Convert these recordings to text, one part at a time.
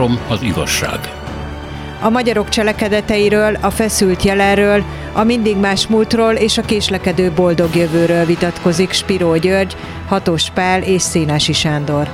Centrum az igazság. A magyarok cselekedeteiről, a feszült jelenről, a mindig más múltról és a késlekedő boldog jövőről vitatkozik Spiró György, Hatos Pál és Szénási Sándor.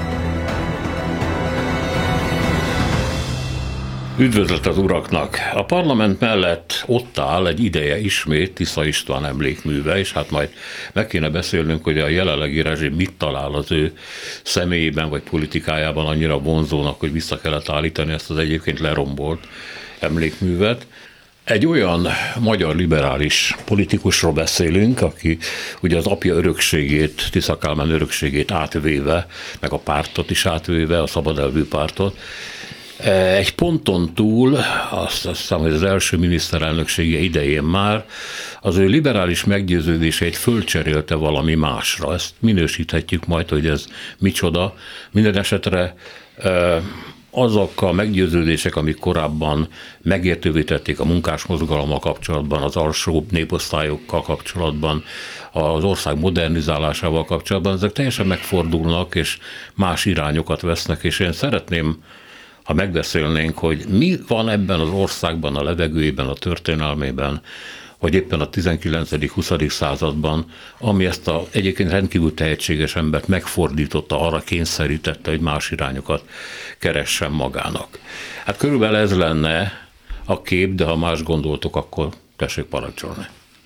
Üdvözlet az uraknak! A parlament mellett ott áll egy ideje ismét Tisza István emlékműve, és hát majd meg kéne beszélnünk, hogy a jelenlegi rezsim mit talál az ő személyében vagy politikájában annyira vonzónak, hogy vissza kellett állítani ezt az egyébként lerombolt emlékművet. Egy olyan magyar liberális politikusról beszélünk, aki ugye az apja örökségét, Tisza Kálmán örökségét átvéve, meg a pártot is átvéve, a szabadelvű pártot, egy ponton túl, azt hiszem, hogy az első miniszterelnöksége idején már az ő liberális meggyőződéseit fölcserélte valami másra. Ezt minősíthetjük majd, hogy ez micsoda. Minden esetre azok a meggyőződések, amik korábban megértővé tették a munkásmozgalommal kapcsolatban, az alsóbb néposztályokkal kapcsolatban, az ország modernizálásával kapcsolatban, ezek teljesen megfordulnak, és más irányokat vesznek, és én szeretném, ha megbeszélnénk, hogy mi van ebben az országban, a levegőjében, a történelmében, vagy éppen a 19.-20. században, ami ezt a egyébként rendkívül tehetséges embert megfordította, arra kényszerítette, hogy más irányokat keressen magának. Hát körülbelül ez lenne a kép, de ha más gondoltok, akkor tessék parancsolni.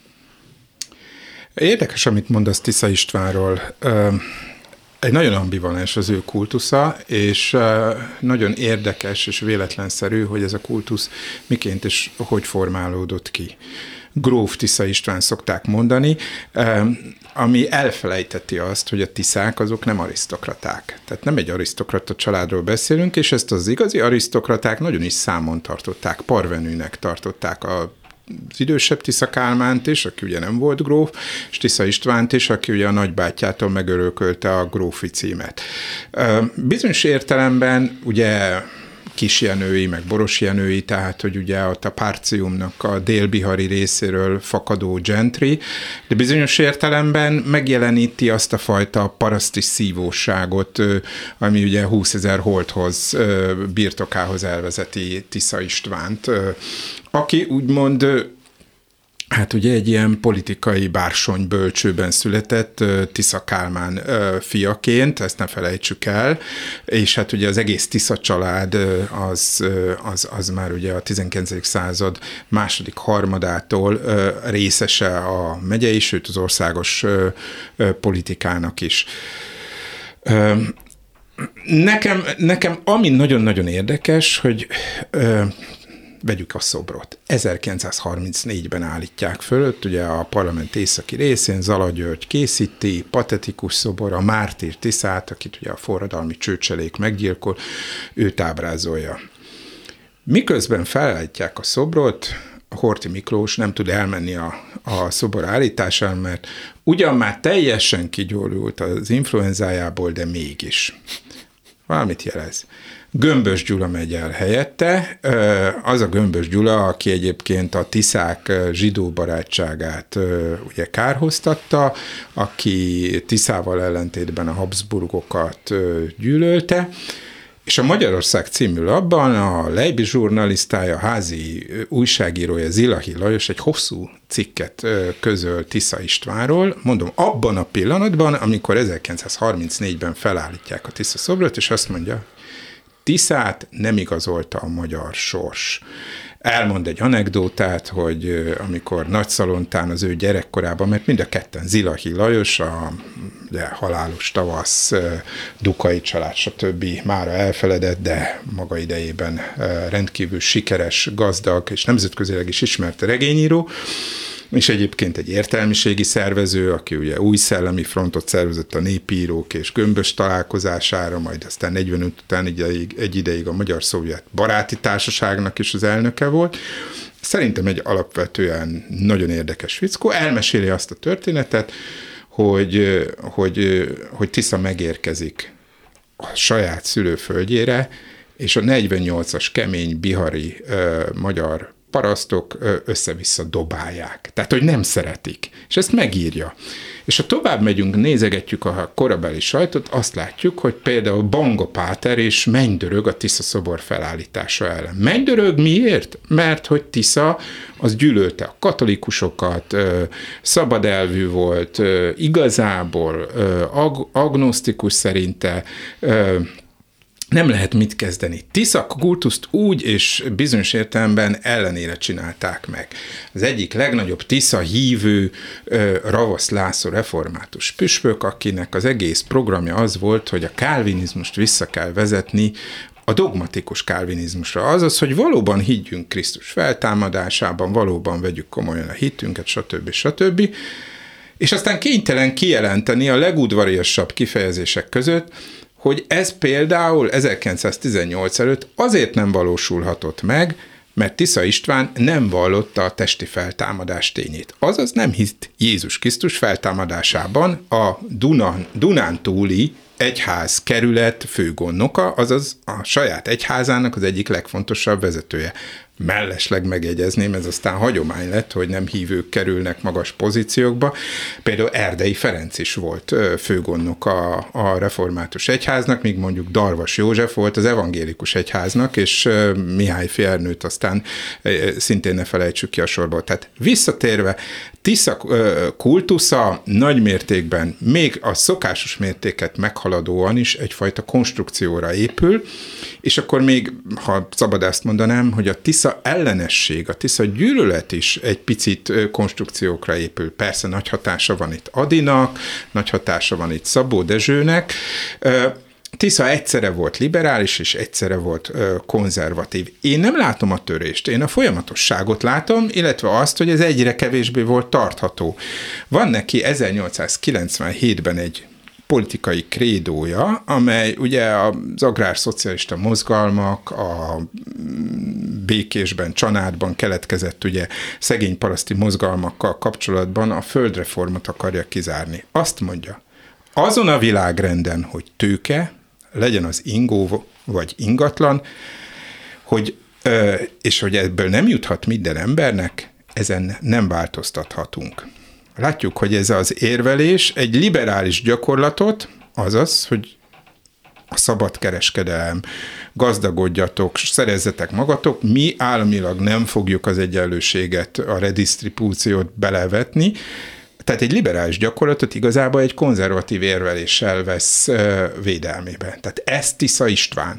Érdekes, amit mondasz Tisza Istvánról. Egy nagyon ambivalens az ő kultusza, és nagyon érdekes és véletlenszerű, hogy ez a kultusz miként és hogy formálódott ki. Gróf Tisza István szokták mondani, ami elfelejteti azt, hogy a Tiszák azok nem arisztokraták. Tehát nem egy arisztokrata családról beszélünk, és ezt az igazi arisztokraták nagyon is számon tartották, parvenűnek tartották az idősebb Tisza Kálmánt is, aki ugye nem volt gróf, és Tisza Istvánt is, aki ugye a nagybátyjától megörökölte a grófi címet. Bizonyos értelemben ugye Kisjenői, meg Borosjenői, tehát hogy ugye a Párciumnak a délbihari részéről fakadó gentry, de bizonyos értelemben megjeleníti azt a fajta paraszti szívóságot, ami ugye 20 000 holthoz, birtokához elvezeti Tisza Istvánt, aki úgymond, hát ugye egy ilyen politikai bársony bölcsőben született Tisza Kálmán fiaként, ezt ne felejtsük el, és hát ugye az egész Tisza család az már ugye a 19. század második harmadától részese a megyei, sőt az országos politikának is. Nekem ami nagyon-nagyon érdekes, hogy vegyük a szobrot. 1934-ben állítják föl, ugye a parlament északi részén Zala György készíti, patetikus szobor, a mártír Tiszát, akit ugye a forradalmi csőcselék meggyilkol, őt ábrázolja. Miközben felállítják a szobrot, Horthy Miklós nem tud elmenni a szobor állításán, mert ugyan már teljesen kigyógyult az influenzájából, de mégis. Valamit jelez. Gömbös Gyula megy el helyette, az a Gömbös Gyula, aki egyébként a Tiszák zsidó barátságát ugye kárhoztatta, aki Tiszával ellentétben a Habsburgokat gyűlölte, és a Magyarország című labban a Leibi zsurnalisztája, házi újságírója Zilahi Lajos egy hosszú cikket közöl Tisza Istvánról, mondom, abban a pillanatban, amikor 1934-ben felállítják a Tisza szobrot, és azt mondja, Tiszát nem igazolta a magyar sors. Elmond egy anekdótát, hogy amikor Nagyszalontán az ő gyerekkorában, mert mind a ketten, Zilahi Lajos, a halálos tavasz, Dukai család, stb. Mára elfeledett, de maga idejében rendkívül sikeres, gazdag és nemzetközileg is ismert regényíró, és egyébként egy értelmiségi szervező, aki ugye új szellemi frontot szervezett a népírók és Gömbös találkozására, majd aztán 45 után egy ideig a Magyar-Szovjet Baráti Társaságnak is az elnöke volt. Szerintem egy alapvetően nagyon érdekes fickó. Elmeséli azt a történetet, hogy Tisza megérkezik a saját szülőföldjére, és a 48-as kemény bihari magyar parasztok össze-vissza dobálják. Tehát, hogy nem szeretik. És ezt megírja. És ha tovább megyünk, nézegetjük a korabeli sajtot, azt látjuk, hogy például Banga Páter és mennydörög a Tisza szobor felállítása ellen. Mennydörög miért? Mert hogy Tisza az gyűlölte a katolikusokat, szabadelvű volt, igazából agnosztikus szerinte, nem lehet mit kezdeni. Tisza kultuszt úgy és bizonyos értelemben ellenére csinálták meg. Az egyik legnagyobb Tisza hívő Ravasz László református püspök, akinek az egész programja az volt, hogy a kálvinizmust vissza kell vezetni a dogmatikus kálvinizmusra. Azaz, hogy valóban higgyünk Krisztus feltámadásában, valóban vegyük komolyan a hitünket, stb. És aztán kénytelen kijelenteni a legudvariasabb kifejezések között, hogy ez például 1918 előtt azért nem valósulhatott meg, mert Tisza István nem vallotta a testi feltámadás tényét. Azaz nem hitt Jézus Krisztus feltámadásában a Dunántúli egyház kerület főgondnoka, azaz a saját egyházának az egyik legfontosabb vezetője. Mellesleg megjegyezném, ez aztán hagyomány lett, hogy nem hívők kerülnek magas pozíciókba. Például Erdei Ferenc is volt főgondnok a református egyháznak, míg mondjuk Darvas József volt az evangélikus egyháznak, és Mihály Fernőt aztán szintén ne felejtsük ki a sorból. Tehát visszatérve, Tisza kultusza nagy mértékben, még a szokásos mértéket meghaladóan is egyfajta konstrukcióra épül, és akkor még, ha szabad ezt mondanám, hogy a Tisza ellenesség, a Tisza gyűlölet is egy picit konstrukciókra épül. Persze nagy hatása van itt Adinak, nagy hatása van itt Szabó Dezsőnek. Tisza egyszerre volt liberális, és egyszerre volt konzervatív. Én nem látom a törést, én a folyamatosságot látom, illetve azt, hogy ez egyre kevésbé volt tartható. Van neki 1897-ben egy politikai krédója, amely ugye az agrárszocialista mozgalmak, a Békésben, Csanádban keletkezett ugye szegény paraszti mozgalmakkal kapcsolatban a földreformot akarja kizárni. Azt mondja, azon a világrenden, hogy tőke, legyen az ingó vagy ingatlan, és hogy ebből nem juthat minden embernek, ezen nem változtathatunk. Látjuk, hogy ez az érvelés egy liberális gyakorlatot, azaz, hogy a szabad kereskedelem, gazdagodjatok, szerezzetek magatok, mi államilag nem fogjuk az egyenlőséget, a redistribúciót belevetni, tehát egy liberális gyakorlatot igazából egy konzervatív érveléssel vesz védelmébe. Tehát ez Tisza István.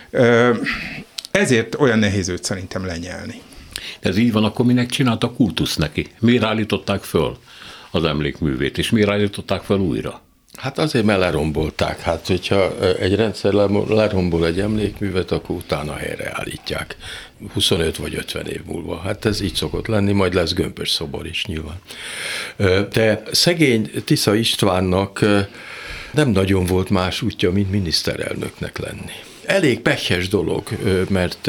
Ezért olyan nehéz őt szerintem lenyelni. Ez így van, akkor minek csinálta kultusz neki? Miért állították föl az emlékművét, és miért állították fel újra? Hát azért, mert lerombolták. Hát, hogyha egy rendszer lerombol egy emlékművet, akkor utána helyreállítják. 25 vagy 50 év múlva. Hát ez így szokott lenni, majd lesz gömbös szobor is nyilván. De szegény Tisza Istvánnak nem nagyon volt más útja, mint miniszterelnöknek lenni. Elég pekhes dolog, mert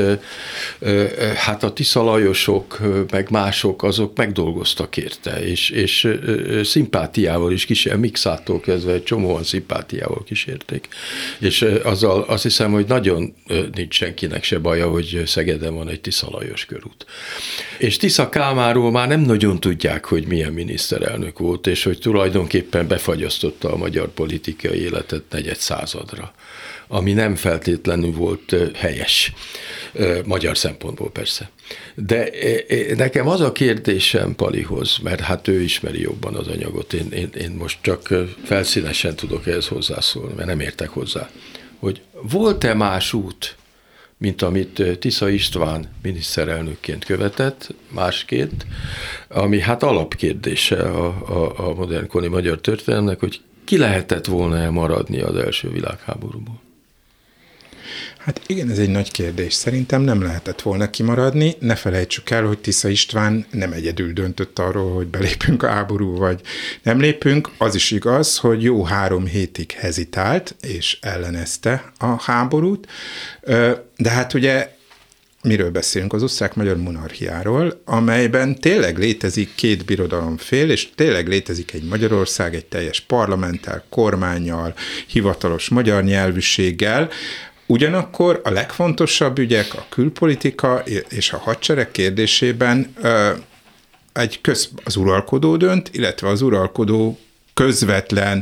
hát a Tisza Lajosok, meg mások, azok megdolgoztak érte, és szimpátiával is kísérték, Mixától kezdve egy csomóan szimpátiával kísérték. És azzal azt hiszem, hogy nagyon nincs senkinek se baja, hogy Szegeden van egy Tisza Lajos körút. És Tisza Kálmánról már nem nagyon tudják, hogy milyen miniszterelnök volt, és hogy tulajdonképpen befagyasztotta a magyar politikai életet negyed századra, ami nem feltétlenül volt helyes, magyar szempontból persze. De nekem az a kérdésem Palihoz, mert hát ő ismeri jobban az anyagot, én most csak felszínesen tudok ehhez hozzászólni, mert nem értek hozzá, hogy volt-e más út, mint amit Tisza István miniszterelnökként követett, másként, ami hát alapkérdése a modernkori magyar történelemnek, hogy ki lehetett volna maradni az első világháborúból? Hát igen, ez egy nagy kérdés. Szerintem nem lehetett volna kimaradni. Ne felejtsük el, hogy Tisza István nem egyedül döntött arról, hogy belépünk a háború, vagy nem lépünk. Az is igaz, hogy jó 3 hétig hezitált, és ellenezte a háborút. De hát ugye miről beszélünk? Az osztrák-magyar monarchiáról, amelyben tényleg létezik 2 birodalomfél, és tényleg létezik egy Magyarország, egy teljes parlamenttel, kormánnyal, hivatalos magyar nyelvűséggel, Ugyanakkor a legfontosabb ügyek, a külpolitika és a hadsereg kérdésében az uralkodó dönt, illetve az uralkodó közvetlen,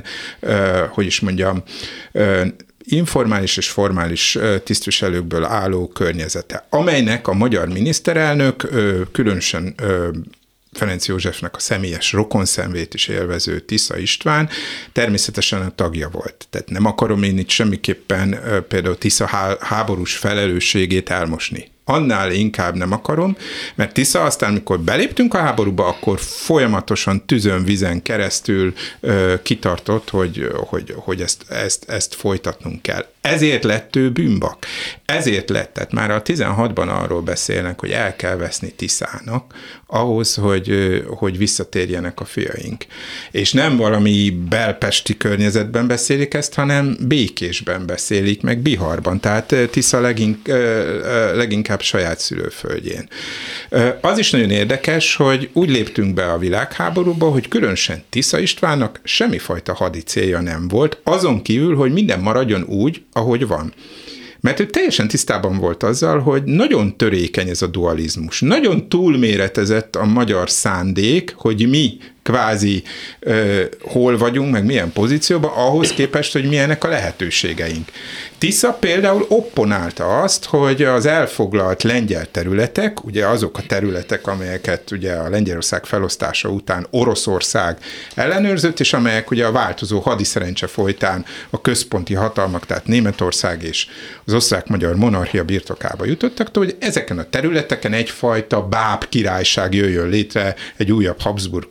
informális és formális tisztviselőkből álló környezete, amelynek a magyar miniszterelnök, különösen Ferenc Józsefnek a személyes rokonszenvét is élvező Tisza István természetesen a tagja volt. Tehát nem akarom én itt semmiképpen például Tisza háborús felelősségét elmosni. Annál inkább nem akarom, mert Tisza aztán, amikor beléptünk a háborúba, akkor folyamatosan tüzön, vizen keresztül kitartott, hogy ezt folytatnunk kell. Ezért lett ő bűnbak. Ezért lett, tehát már a 16-ban arról beszélnek, hogy el kell veszni Tiszának ahhoz, hogy visszatérjenek a fiaink. És nem valami belpesti környezetben beszélik ezt, hanem Békésben beszélik, meg Biharban, tehát Tisza leginkább saját szülőföldjén. Az is nagyon érdekes, hogy úgy léptünk be a világháborúba, hogy különösen Tisza Istvánnak semmifajta hadi célja nem volt, azon kívül, hogy minden maradjon úgy, ahogy van. Mert ő teljesen tisztában volt azzal, hogy nagyon törékeny ez a dualizmus. Nagyon túlméretezett a magyar szándék, hogy mi kvázi hol vagyunk, meg milyen pozícióban, ahhoz képest, hogy milyenek a lehetőségeink. Tisza például opponálta azt, hogy az elfoglalt lengyel területek, ugye azok a területek, amelyeket ugye a Lengyelország felosztása után Oroszország ellenőrzött, és amelyek ugye a változó hadiszerencse folytán a központi hatalmak, tehát Németország és az osztrák-magyar monarchia birtokába jutottak, hogy ezeken a területeken egyfajta báb királyság jöjjön létre, egy újabb Habsburg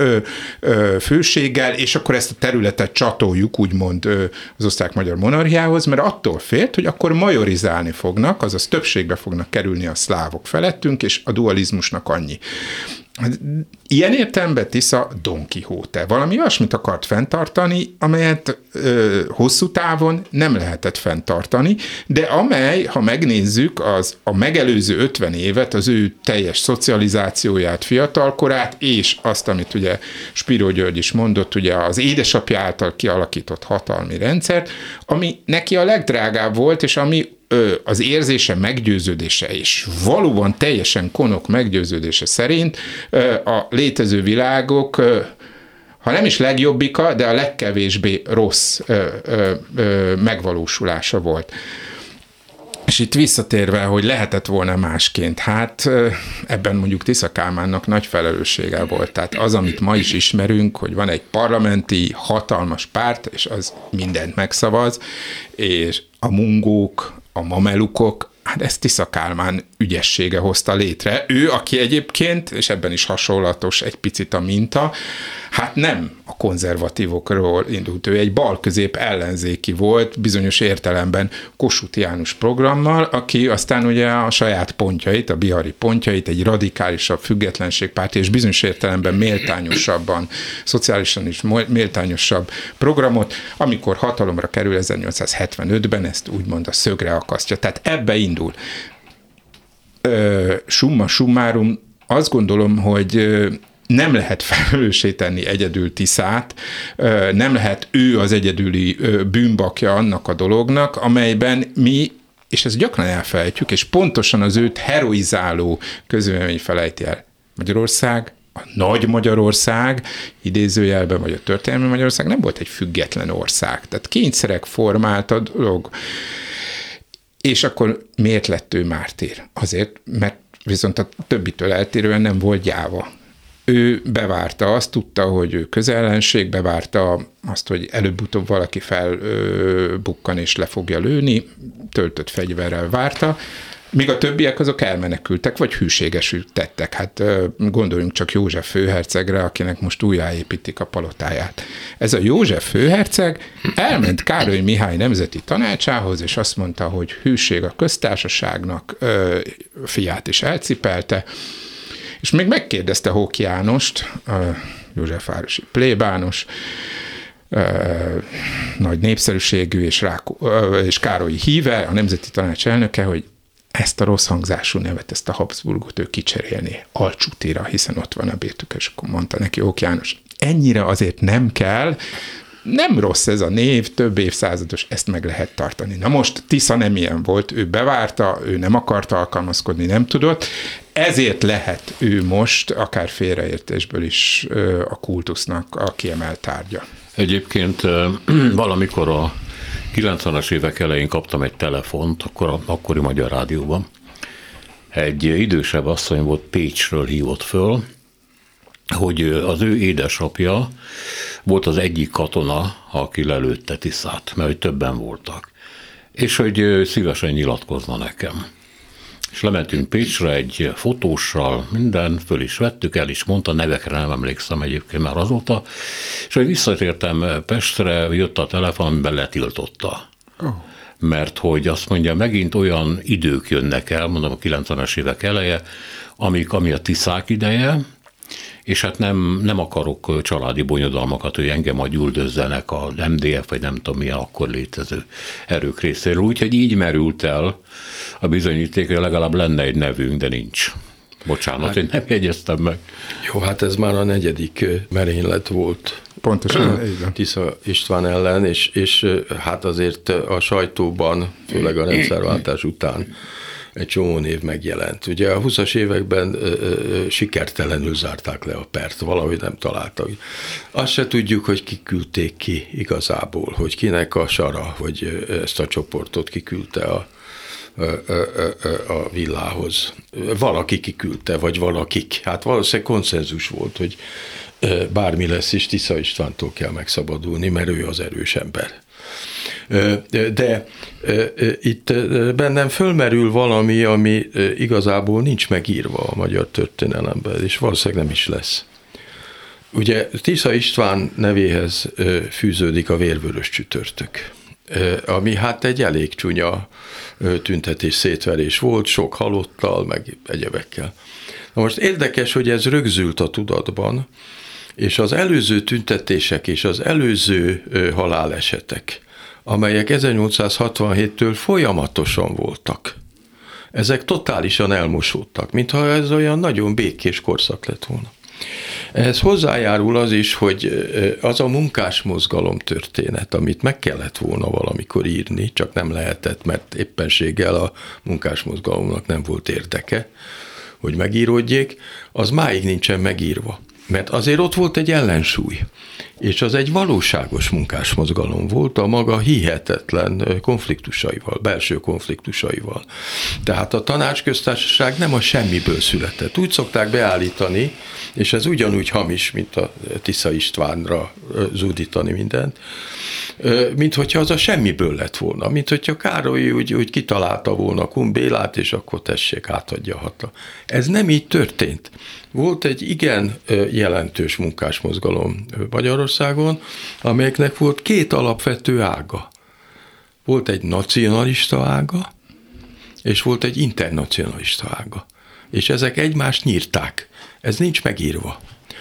főséggel, és akkor ezt a területet csatoljuk, úgymond az osztrák-magyar monarchiához, mert attól félt, hogy akkor majorizálni fognak, azaz többségbe fognak kerülni a szlávok felettünk, és a dualizmusnak annyi. Ilyen értelemben Tisza Don Quixote. Valami olyasmit akart fenntartani, amelyet hosszú távon nem lehetett fenntartani, de amely, ha megnézzük, az a megelőző 50 évet, az ő teljes szocializációját, fiatalkorát, és azt, amit ugye Spiró György is mondott, ugye az édesapja által kialakított hatalmi rendszert, ami neki a legdrágább volt, és ami az érzése, meggyőződése, és valóban teljesen konok meggyőződése szerint a létező világok, ha nem is legjobbika, de a legkevésbé rossz megvalósulása volt. És itt visszatérve, hogy lehetett volna másként, hát ebben mondjuk Tisza Kálmánnak nagy felelőssége volt. Tehát az, amit ma is ismerünk, hogy van egy parlamenti hatalmas párt, és az mindent megszavaz, és a mungók, a mamelukok, hát ezt Tisza Kálmán ügyessége hozta létre. Ő, aki egyébként, és ebben is hasonlatos egy picit a minta, hát nem a konzervatívokról indult, ő egy balközép ellenzéki volt, bizonyos értelemben Kossuth János programmal, aki aztán ugye a saját pontjait, a bihari pontjait, egy radikálisabb függetlenségpárti, és bizonyos értelemben méltányosabban, szociálisan is méltányosabb programot, amikor hatalomra kerül 1875-ben, ezt úgymond a szögre akasztja. Tehát ebbe indul. Summa summarum, azt gondolom, hogy nem lehet felelőssé tenni egyedül Tiszát, nem lehet ő az egyedüli bűnbakja annak a dolognak, amelyben mi, és ezt gyakran elfelejtjük, és pontosan az őt heroizáló közvélemény felejti el. Magyarország, a nagy Magyarország, idézőjelben, vagy a történelmi Magyarország nem volt egy független ország. Tehát kényszerek formált a dolog. És akkor miért lett ő mártír? Azért, mert viszont a többitől eltérően nem volt gyáva. Ő bevárta azt, tudta, hogy ő közellenség, bevárta azt, hogy előbb-utóbb valaki felbukkan és le fogja lőni, töltött fegyverrel várta, míg a többiek azok elmenekültek, vagy hűségesül tettek. Hát gondoljunk csak József főhercegre, akinek most újjáépítik a palotáját. Ez a József főherceg elment Károly Mihály nemzeti tanácsához, és azt mondta, hogy hűség a köztársaságnak, fiát is elcipelte, és még megkérdezte Hók Jánost, józsefvárosi plébános, nagy népszerűségű és Károlyi híve, a Nemzeti Tanács elnöke, hogy ezt a rossz hangzású nevet, ezt a Habsburgot ő kicserélné Alcsútira, hiszen ott van a birtok, és akkor mondta neki Hók János, ennyire azért nem kell, nem rossz ez a név, több évszázados, ezt meg lehet tartani. Na most Tisza nem ilyen volt, ő bevárta, ő nem akarta alkalmazkodni, nem tudott, ezért lehet ő most, akár félreértésből is a kultusznak a kiemelt tárgya. Egyébként valamikor a 90-es évek elején kaptam egy telefont, akkori Magyar Rádióban. Egy idősebb asszony volt, Pécsről hívott föl, hogy az ő édesapja volt az egyik katona, aki lelőtte Tiszát, mert hogy többen voltak. És hogy szívesen nyilatkozna nekem. És lementünk Pécsre egy fotóssal, minden, föl is vettük, el is mondta, nevekre nem emlékszem egyébként már azóta, és hogy visszatértem Pestre, jött a telefon, amiben letiltotta. Oh. Mert hogy azt mondja, megint olyan idők jönnek el, mondom a 90-es évek eleje, ami a Tiszák ideje, és hát nem akarok családi bonyodalmakat, hogy engem üldözzenek a MDF, vagy nem tudom milyen akkor létező erők részéről. Úgyhogy így merült el a bizonyítékra, legalább lenne egy nevünk, de nincs. Bocsánat, én nem jegyeztem meg. Jó, hát ez már a 4. merénylet volt. Pontosan. Tisza István ellen, és hát azért a sajtóban, főleg a rendszerváltás után egy csomó név megjelent. Ugye a 20-as években sikertelenül zárták le a pert, valahogy nem találtak. Azt se tudjuk, hogy kiküldték ki igazából, hogy kinek a sara, hogy ezt a csoportot kiküldte a villához. Valaki kiküldte, vagy valakik. Hát valószínűleg konszenzus volt, hogy bármi lesz is, Tisza Istvántól kell megszabadulni, mert ő az erős ember. De itt bennem fölmerül valami, ami igazából nincs megírva a magyar történelemben, és valószínűleg nem is lesz. Ugye Tisza István nevéhez fűződik a vérvörös csütörtök, ami hát egy elég csúnya tüntetés, szétverés volt, sok halottal, meg egyebekkel. Na most érdekes, hogy ez rögzült a tudatban, és az előző tüntetések és az előző halálesetek, amelyek 1867-től folyamatosan voltak, ezek totálisan elmosódtak, mintha ez olyan nagyon békés korszak lett volna. Ehhez hozzájárul az is, hogy az a munkásmozgalom történet, amit meg kellett volna valamikor írni, csak nem lehetett, mert éppenséggel a munkásmozgalomnak nem volt érdeke, hogy megíródjék, az máig nincsen megírva. Mert azért ott volt egy ellensúly, és az egy valóságos munkásmozgalom volt a maga hihetetlen konfliktusaival, belső konfliktusaival. Tehát a Tanácsköztársaság nem a semmiből született. Úgy szokták beállítani, és ez ugyanúgy hamis, mint a Tisza Istvánra zúdítani mindent, mint hogyha az a semmiből lett volna, mint hogyha Károly úgy kitalálta volna Kun Bélát, és akkor tessék, átadja a hatalmat. Ez nem így történt. Volt egy igen jelentős munkásmozgalom Magyarországon, amelyeknek volt 2 alapvető ága. Volt egy nacionalista ága, és volt egy internacionalista ága. És ezek egymást nyírták. Ez nincs megírva.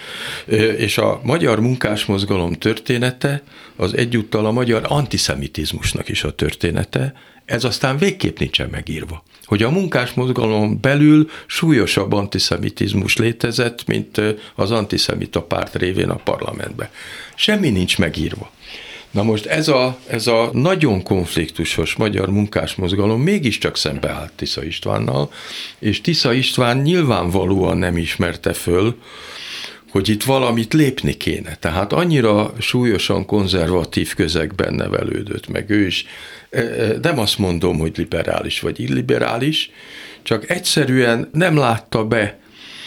És a magyar munkásmozgalom története az egyúttal a magyar antiszemitizmusnak is a története, ez aztán végképp nincsen megírva. Hogy a munkásmozgalom belül súlyosabb antiszemitizmus létezett, mint az antiszemita párt révén a parlamentben. Semmi nincs megírva. Na most ez a nagyon konfliktusos magyar munkásmozgalom mégiscsak szembeállt Tisza Istvánnal, és Tisza István nyilvánvalóan nem ismerte föl, hogy itt valamit lépni kéne. Tehát annyira súlyosan konzervatív közegben nevelődött meg ő is. Nem azt mondom, hogy liberális vagy illiberális, csak egyszerűen nem látta be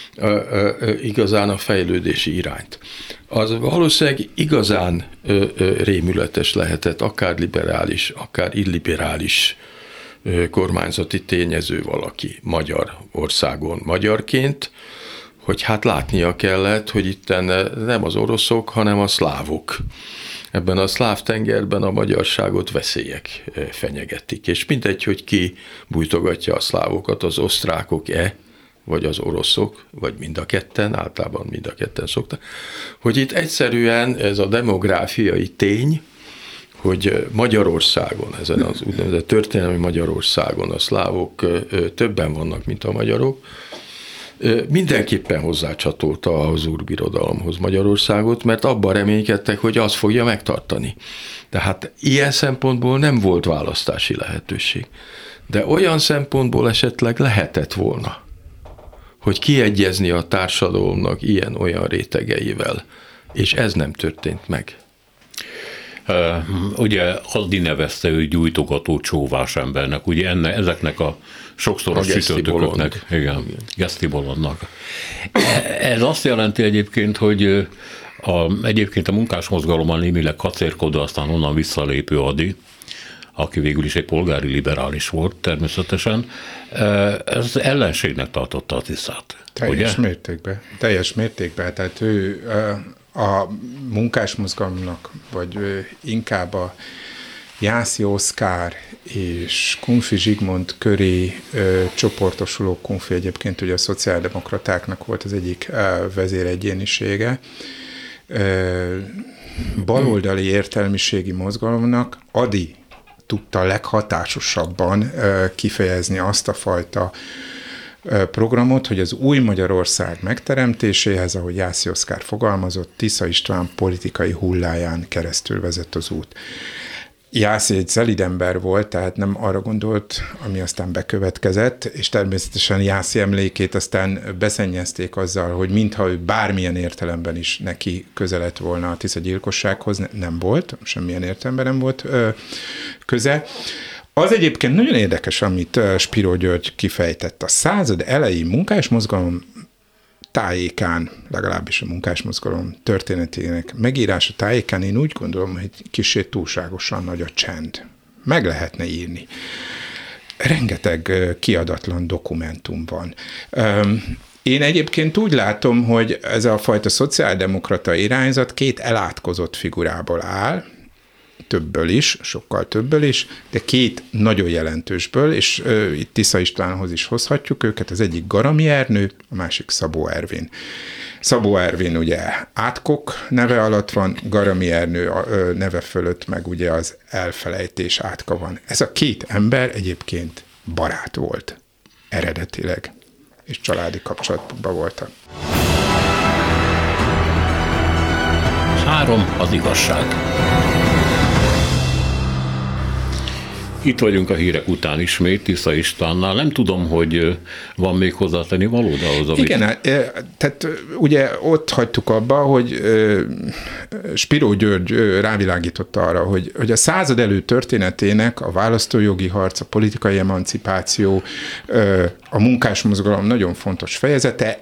igazán a fejlődési irányt. Az valószínűleg igazán rémületes lehetett, akár liberális, akár illiberális kormányzati tényező valaki Magyarországon magyarként, hogy hát látnia kellett, hogy itten nem az oroszok, hanem a szlávok. Ebben a szláv tengerben a magyarságot veszélyek fenyegetik. És mindegy, hogy ki bújtogatja a szlávokat, az osztrákok-e, vagy az oroszok, vagy mind a ketten, általában mind a ketten szoktak, hogy itt egyszerűen ez a demográfiai tény, hogy Magyarországon, ezen az úgynevezett történelmi Magyarországon a szlávok többen vannak, mint a magyarok, mindenképpen hozzácsatolta az úrbirodalomhoz Magyarországot, mert abban reménykedtek, hogy az fogja megtartani. Tehát ilyen szempontból nem volt választási lehetőség. De olyan szempontból esetleg lehetett volna, hogy kiegyezni a társadalomnak ilyen-olyan rétegeivel, és ez nem történt meg. Ugye Aldi nevezte ő gyújtogató csóvás embernek, ugye ezeknek a sokszoros csütörtököknek, igen, gesztibolonnak. Ez azt jelenti egyébként, hogy egyébként a munkásmozgalommal némileg kacérkodó, aztán onnan visszalépő Ady, aki végül is egy polgári liberális volt természetesen, ez ellenségnek tartotta a Tiszát. Teljes mértékben. Tehát ő a munkásmozgalomnak, vagy inkább a Jászi Oszkár és Kunfi Zsigmond köré csoportosuló, Kunfi egyébként ugye a szociáldemokratáknak volt az egyik vezéregyénisége, baloldali értelmiségi mozgalomnak Ady tudta leghatásosabban kifejezni azt a fajta programot, hogy az új Magyarország megteremtéséhez, ahogy Jászi Oszkár fogalmazott, Tisza István politikai hulláján keresztül vezet az út. Jászi egy szelíd ember volt, tehát nem arra gondolt, ami aztán bekövetkezett, és természetesen Jászi emlékét aztán beszennyezték azzal, hogy mintha ő bármilyen értelemben is neki köze lett volna a Tisza gyilkossághoz, nem volt, semmilyen értelemben nem volt köze. Az egyébként nagyon érdekes, amit Spiró György kifejtett. A század elejé munkásmozgalom tájékán, legalábbis a munkásmozgalom történetének megírása tájékán én úgy gondolom, hogy kicsit túlságosan nagy a csend. Meg lehetne írni. Rengeteg kiadatlan dokumentum van. Én egyébként úgy látom, hogy ez a fajta szociáldemokrata irányzat két elátkozott figurából áll, többből is, sokkal többből is, de két nagyon jelentősből, és itt Tisza Istvánhoz is hozhatjuk őket, az egyik Garami Ernő, a másik Szabó Ervin. Szabó Ervin ugye Átkok neve alatt van, Garami Ernő neve fölött meg ugye az elfelejtés átka van. Ez a két ember egyébként barát volt eredetileg, és családi kapcsolatban voltak. 3. Az igazság. Itt vagyunk a hírek után ismét, Tisza Istvánnál. Nem tudom, hogy van még hozzátenni való, de ahhoz, igen, tehát ugye ott hagytuk abba, hogy Spiró György rávilágította arra, hogy a század elő történetének a választójogi harc, a politikai emancipáció, a munkásmozgalom nagyon fontos fejezete.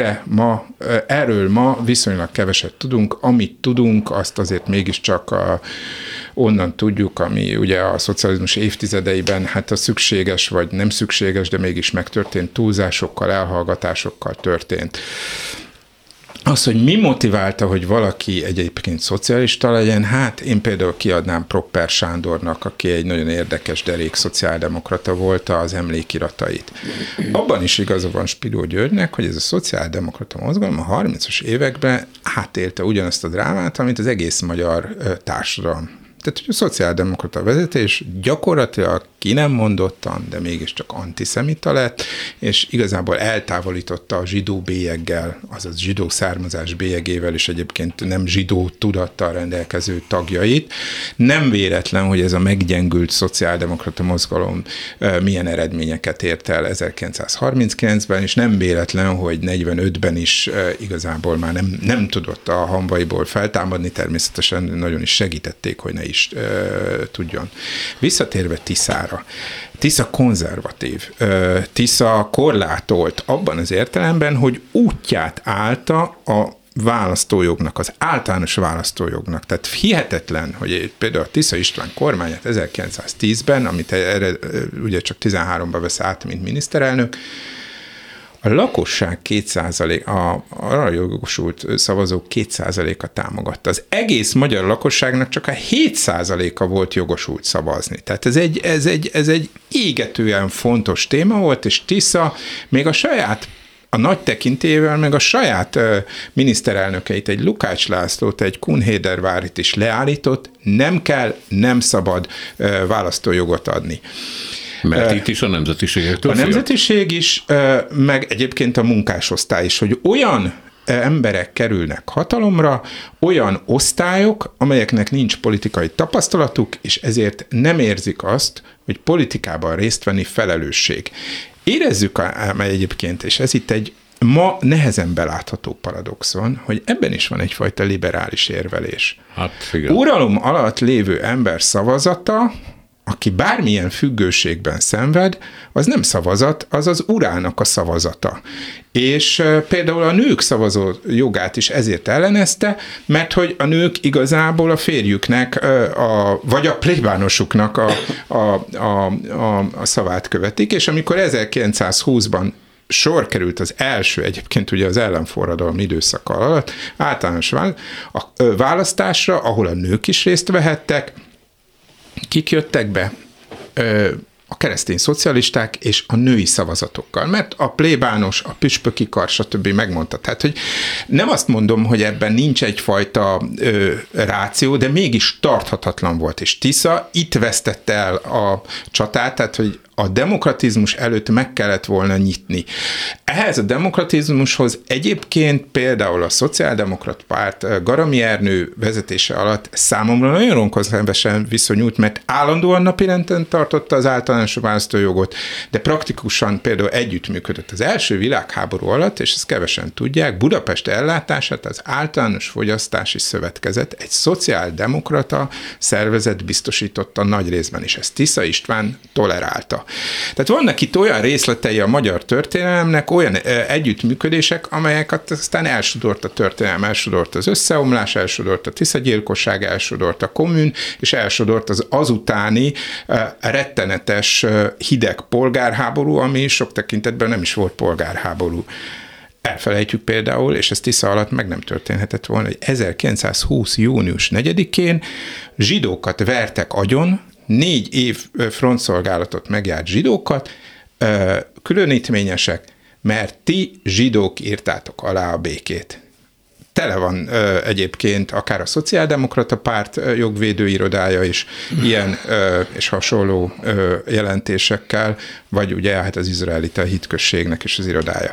Erről ma viszonylag keveset tudunk, amit tudunk, azt azért mégiscsak onnan tudjuk, ami ugye a szocializmus évtizedeiben hát a szükséges vagy nem szükséges, de mégis megtörtént túlzásokkal, elhallgatásokkal történt. Az, hogy mi motiválta, hogy valaki egyébként szocialista legyen, hát én például kiadnám Propper Sándornak, aki egy nagyon érdekes derék szociáldemokrata volt, az emlékiratait. Abban is igaza van Spiró Györgynek, hogy ez a szociáldemokrata mozgalom a 30-as években átélte ugyanazt a drámát, amit az egész magyar társadalom. Tehát, hogy a szociáldemokrata vezetés gyakorlatilag ki nem mondottan, de mégiscsak antiszemita lett, és igazából eltávolította a zsidó bélyeggel, azaz zsidó származás bélyegével, és egyébként nem zsidó tudattal rendelkező tagjait. Nem véletlen, hogy ez a meggyengült szociáldemokrata mozgalom milyen eredményeket ért el 1939-ben, és nem véletlen, hogy 45-ben is igazából már nem tudott a hamvaiból feltámadni, természetesen nagyon is segítették, hogy ne is tudjon. Visszatérve Tiszára. Tisza konzervatív. Tisza korlátolt abban az értelemben, hogy útját állta a választójognak, az általános választójognak. Tehát hihetetlen, hogy például a Tisza István kormányát 1910-ben, amit ugye csak 13-ban vesz át, mint miniszterelnök, a lakosság 2%, arra jogosult szavazók 2%-a támogatta. Az egész magyar lakosságnak csak a 7%-a volt jogosult szavazni. Tehát ez egy égetően fontos téma volt, és Tisza még a nagy tekintélyével, meg a saját miniszterelnökeit, egy Lukács Lászlót, egy Kunhédervárit is leállított, nem kell, nem szabad választójogot adni. Mert itt is a nemzetiségektől a nemzetiség is, meg egyébként a munkásosztály is, hogy olyan emberek kerülnek hatalomra, olyan osztályok, amelyeknek nincs politikai tapasztalatuk, és ezért nem érzik azt, hogy politikában részt venni felelősség. Érezzük egyébként, és ez itt egy ma nehezen belátható paradoxon, hogy ebben is van egyfajta liberális érvelés. Hát, igen. Uralom alatt lévő ember szavazata, aki bármilyen függőségben szenved, az nem szavazat, az az urának a szavazata. És például a nők szavazó jogát is ezért ellenezte, mert hogy a nők igazából a férjüknek, vagy a plébánosuknak a szavát követik, és amikor 1920-ban sor került az első, egyébként ugye az ellenforradalom időszaka alatt általános választásra, ahol a nők is részt vehettek, kik jöttek be? A keresztény szocialisták és a női szavazatokkal, mert a plébános, a püspöki kar, stb. Megmondta. Tehát, hogy nem azt mondom, hogy ebben nincs egyfajta ráció, de mégis tarthatatlan volt, és Tisza itt vesztette el a csatát, tehát, hogy a demokratizmus előtt meg kellett volna nyitni. Ehhez a demokratizmushoz egyébként például a Szociáldemokrata Párt Garami Ernő vezetése alatt számomra nagyon ronkozlevesen viszonyult, mert állandóan napirenden tartotta az általános választójogot, de praktikusan például együttműködött az első világháború alatt, és ezt kevesen tudják, Budapest ellátását az Általános Fogyasztási Szövetkezet, egy szociáldemokrata szervezet biztosította nagy részben, és ezt Tisza István tolerálta. Tehát vannak itt olyan részletei a magyar történelemnek, olyan együttműködések, amelyeket aztán elsodort a történelem, elsodort az összeomlás, elsodort a tiszagyilkosság, elsodort a kommun, és elsodort az azutáni rettenetes hideg polgárháború, ami sok tekintetben nem is volt polgárháború. Elfelejtjük például, és ez Tisza alatt meg nem történhetett volna, hogy 1920. június 4-én zsidókat vertek agyon, 4 év frontszolgálatot megjárt zsidókat, különítményesek, mert ti zsidók írtátok alá a békét. Tele van egyébként akár a Szociáldemokrata Párt jogvédőirodája is ilyen és hasonló jelentésekkel, vagy ugye hát az izraelita hitközségnek is az irodája.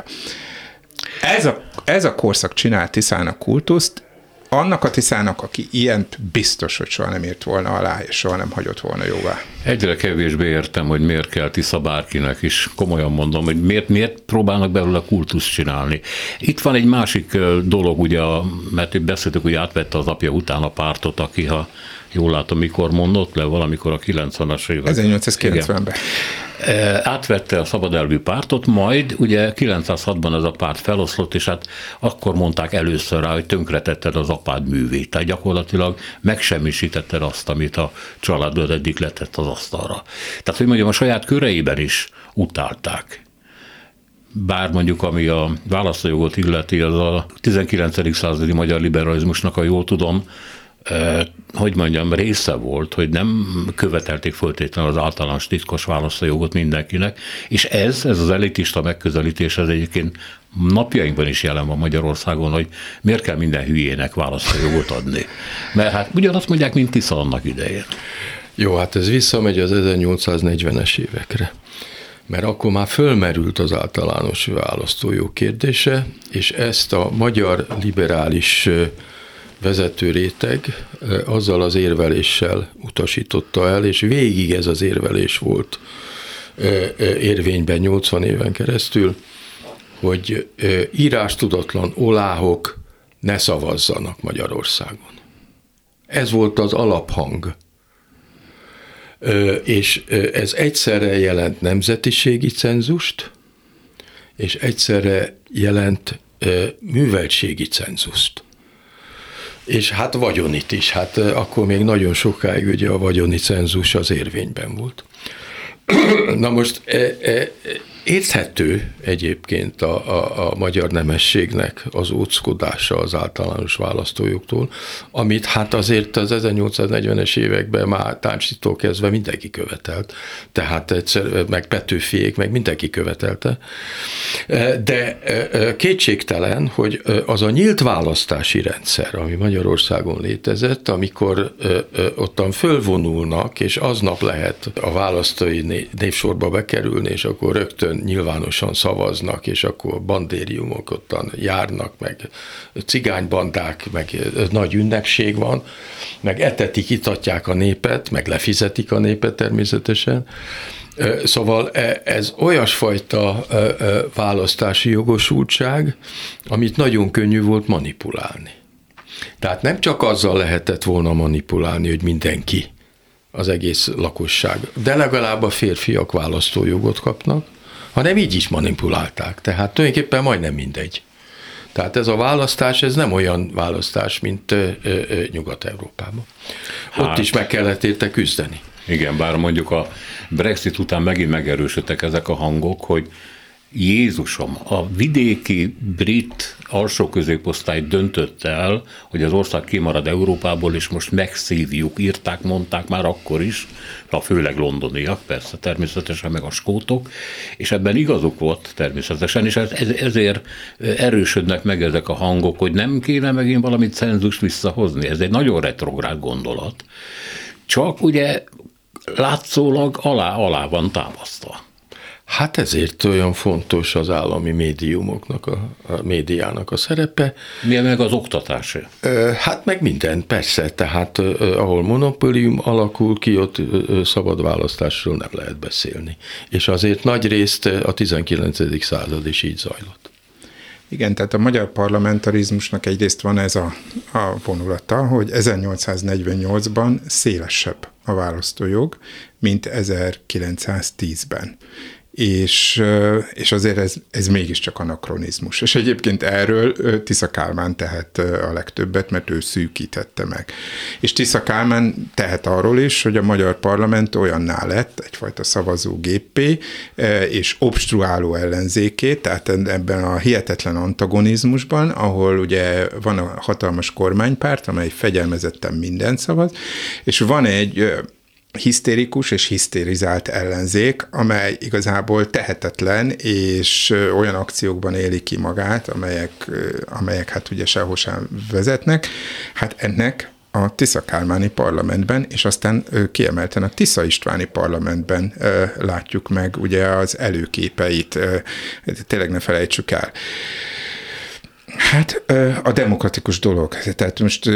Ez a korszak csinált Tiszának kultuszt, annak a Tiszának, aki ilyent biztos, hogy soha nem írt volna alá, és soha nem hagyott volna jóvá. Egyre kevésbé értem, hogy miért kell Tisza bárkinek is. Komolyan mondom, hogy miért próbálnak belőle kultuszt csinálni. Itt van egy másik dolog, ugye, mert itt beszéltük, hogy átvette az apja után a pártot, aki, ha jól látom, mikor mondott le, valamikor a 90-es évek. 1890-ben. Átvette a szabadelvű pártot, majd ugye 906-ban ez a párt feloszlott, és hát akkor mondták először rá, hogy tönkretetted az apád művét. Tehát gyakorlatilag megsemmisítetted azt, amit a családod eddig letett az asztalra. Tehát, hogy mondjam, a saját köreiben is utálták. Bár mondjuk, ami a választójogot illeti, az a 19. századi magyar liberalizmusnak, ha jól tudom, hogy mondjam, része volt, hogy nem követelték föltétlenül az általános titkos választójogot mindenkinek, és ez az elitista megközelítés, ez egyébként napjainkban is jelen van Magyarországon, hogy miért kell minden hülyének választójogot adni. Mert hát ugyanazt mondják, mint Tisza annak idején. Jó, hát ez visszamegy az 1840-es évekre, mert akkor már fölmerült az általános választójog kérdése, és ezt a magyar liberális vezető réteg azzal az érveléssel utasította el, és végig ez az érvelés volt érvényben 80 éven keresztül, hogy írástudatlan oláhok ne szavazzanak Magyarországon. Ez volt az alaphang. És ez egyszerre jelent nemzetiségi cenzust, és egyszerre jelent műveltségi cenzust. És hát vagyonit is, hát akkor még nagyon sokáig ugye a vagyoni cenzus az érvényben volt. Na most Érthető egyébként a magyar nemességnek az óckodása az általános választójogtól, amit hát azért az 1840-es években már Táncsittól kezdve mindenki követelt, tehát egyszer, meg Petőfiék, meg mindenki követelte. De kétségtelen, hogy az a nyílt választási rendszer, ami Magyarországon létezett, amikor ottan fölvonulnak, és aznap lehet a választói névsorba bekerülni, és akkor rögtön nyilvánosan szavaznak, és akkor bandériumok ottan járnak, meg cigánybandák, meg nagy ünnepség van, meg etetik, itatják a népet, meg lefizetik a népet természetesen. Szóval ez olyasfajta választási jogosultság, amit nagyon könnyű volt manipulálni. Tehát nem csak azzal lehetett volna manipulálni, hogy mindenki, az egész lakosság, de legalább a férfiak választójogot kapnak, hanem így is manipulálták. Tehát tulajdonképpen majdnem mindegy. Tehát ez a választás, ez nem olyan választás, mint Nyugat-Európában. Ott is meg kellett érte küzdeni. Igen, bár mondjuk a Brexit után megint megerősödtek ezek a hangok, hogy Jézusom, a vidéki brit alsó középosztály döntött el, hogy az ország kimarad Európából, és most megszívjuk, írták, mondták már akkor is, főleg londoniak, persze, természetesen, meg a skótok, és ebben igazuk volt természetesen, és ezért erősödnek meg ezek a hangok, hogy nem kéne megint valami cenzust visszahozni. Ez egy nagyon retrográd gondolat. Csak ugye látszólag alá van támasztva. Hát ezért olyan fontos az állami médiumoknak, a médiának a szerepe. Milyen meg az oktatás? Hát meg minden, persze. Tehát ahol monopólium alakul ki, ott szabad választásról nem lehet beszélni. És azért nagy részt a 19. század is így zajlott. Igen, tehát a magyar parlamentarizmusnak egyrészt van ez a vonulata, hogy 1848-ban szélesebb a választójog, mint 1910-ben. És azért ez mégiscsak anakronizmus. És egyébként erről Tisza Kálmán tehet a legtöbbet, mert ő szűkítette meg. És Tisza Kálmán tehet arról is, hogy a magyar parlament olyanná lett, egyfajta szavazógéppé, és obstruáló ellenzéké, tehát ebben a hihetetlen antagonizmusban, ahol ugye van a hatalmas kormánypárt, amely fegyelmezetten mindent szavaz, és van egy hisztérikus és hisztérizált ellenzék, amely igazából tehetetlen, és olyan akciókban éli ki magát, amelyek hát ugye sehol sem vezetnek. Hát ennek a Tisza-Kálmáni parlamentben, és aztán kiemelten a Tisza Istváni parlamentben látjuk meg ugye az előképeit. Tényleg ne felejtsük el. Hát a demokratikus dolog. Tehát most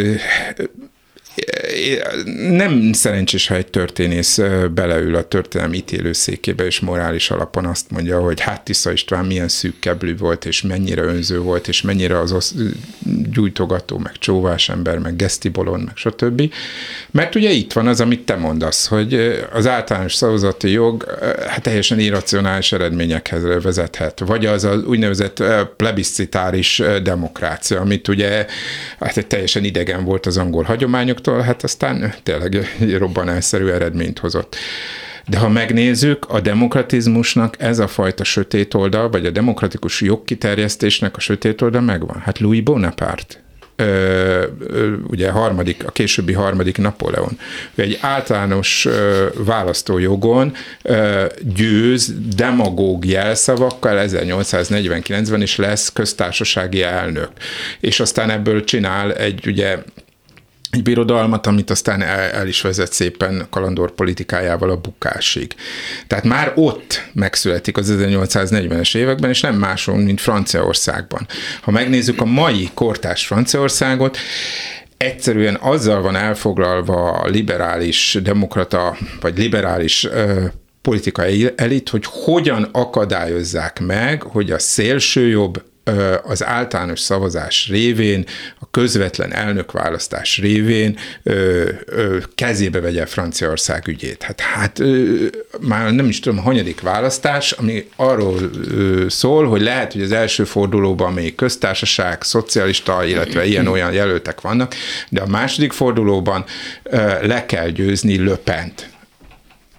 nem szerencsés, ha egy történész beleül a történelmi ítélőszékébe, és morális alapon azt mondja, hogy hát Tisza István milyen szűk keblű volt, és mennyire önző volt, és mennyire az gyújtogató, meg csóvás ember, meg gesztibolon, meg stb. Mert ugye itt van az, amit te mondasz, hogy az általános szavazati jog hát teljesen irracionális eredményekhez vezethet. Vagy az úgynevezett plebiscitáris demokrácia, amit ugye hát teljesen idegen volt az angol hagyományok, hát aztán tényleg egy robbanásszerű eredményt hozott. De ha megnézzük, a demokratizmusnak ez a fajta sötét oldal, vagy a demokratikus jogkiterjesztésnek a sötét oldal megvan. Hát Louis Bonaparte, ugye a későbbi harmadik Napóleon, egy általános választójogon győz demagóg jelszavakkal 1849-ben is lesz köztársasági elnök. És aztán ebből csinál egy birodalmat, amit aztán el is vezet szépen kalandor politikájával a bukásig. Tehát már ott megszületik az 1840-es években, és nem máson, mint Franciaországban. Ha megnézzük a mai kortárs Franciaországot, egyszerűen azzal van elfoglalva a liberális demokrata, vagy liberális politikai elit, hogy hogyan akadályozzák meg, hogy a szélsőjobb az általános szavazás révén, a közvetlen elnökválasztás révén kezébe vegye Franciaország ügyét. Hát már nem is tudom, a hanyadik választás, ami arról szól, hogy lehet, hogy az első fordulóban még köztársaság, szocialista, illetve ilyen-olyan jelöltek vannak, de a második fordulóban le kell győzni Le Pent.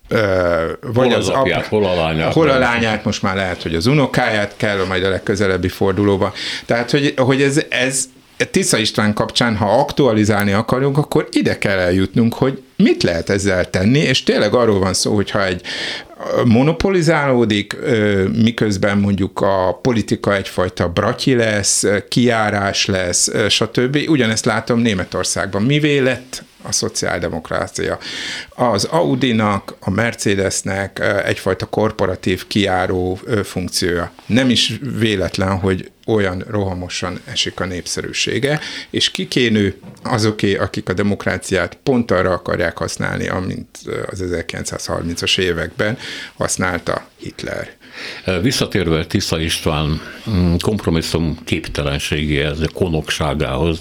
vagy az apját, hol a lányát. Hol a lányát, most már lehet, hogy az unokáját kell, majd a legközelebbi fordulóban. Tehát, hogy ez Tisza István kapcsán, ha aktualizálni akarunk, akkor ide kell eljutnunk, hogy mit lehet ezzel tenni, és tényleg arról van szó, hogyha egy monopolizálódik, miközben mondjuk a politika egyfajta bratyi lesz, kijárás lesz, stb. Ugyanezt látom Németországban. Mivé lett a szociáldemokrácia? Az Audinak, a Mercedesnek egyfajta korporatív kijáró funkciója. Nem is véletlen, hogy olyan rohamosan esik a népszerűsége, és kikénő azoké, akik a demokráciát pont arra akarják használni, amint az 1930-as években használta Hitler. Visszatérve Tisza István kompromisszum képtelenségéhez, konokságához,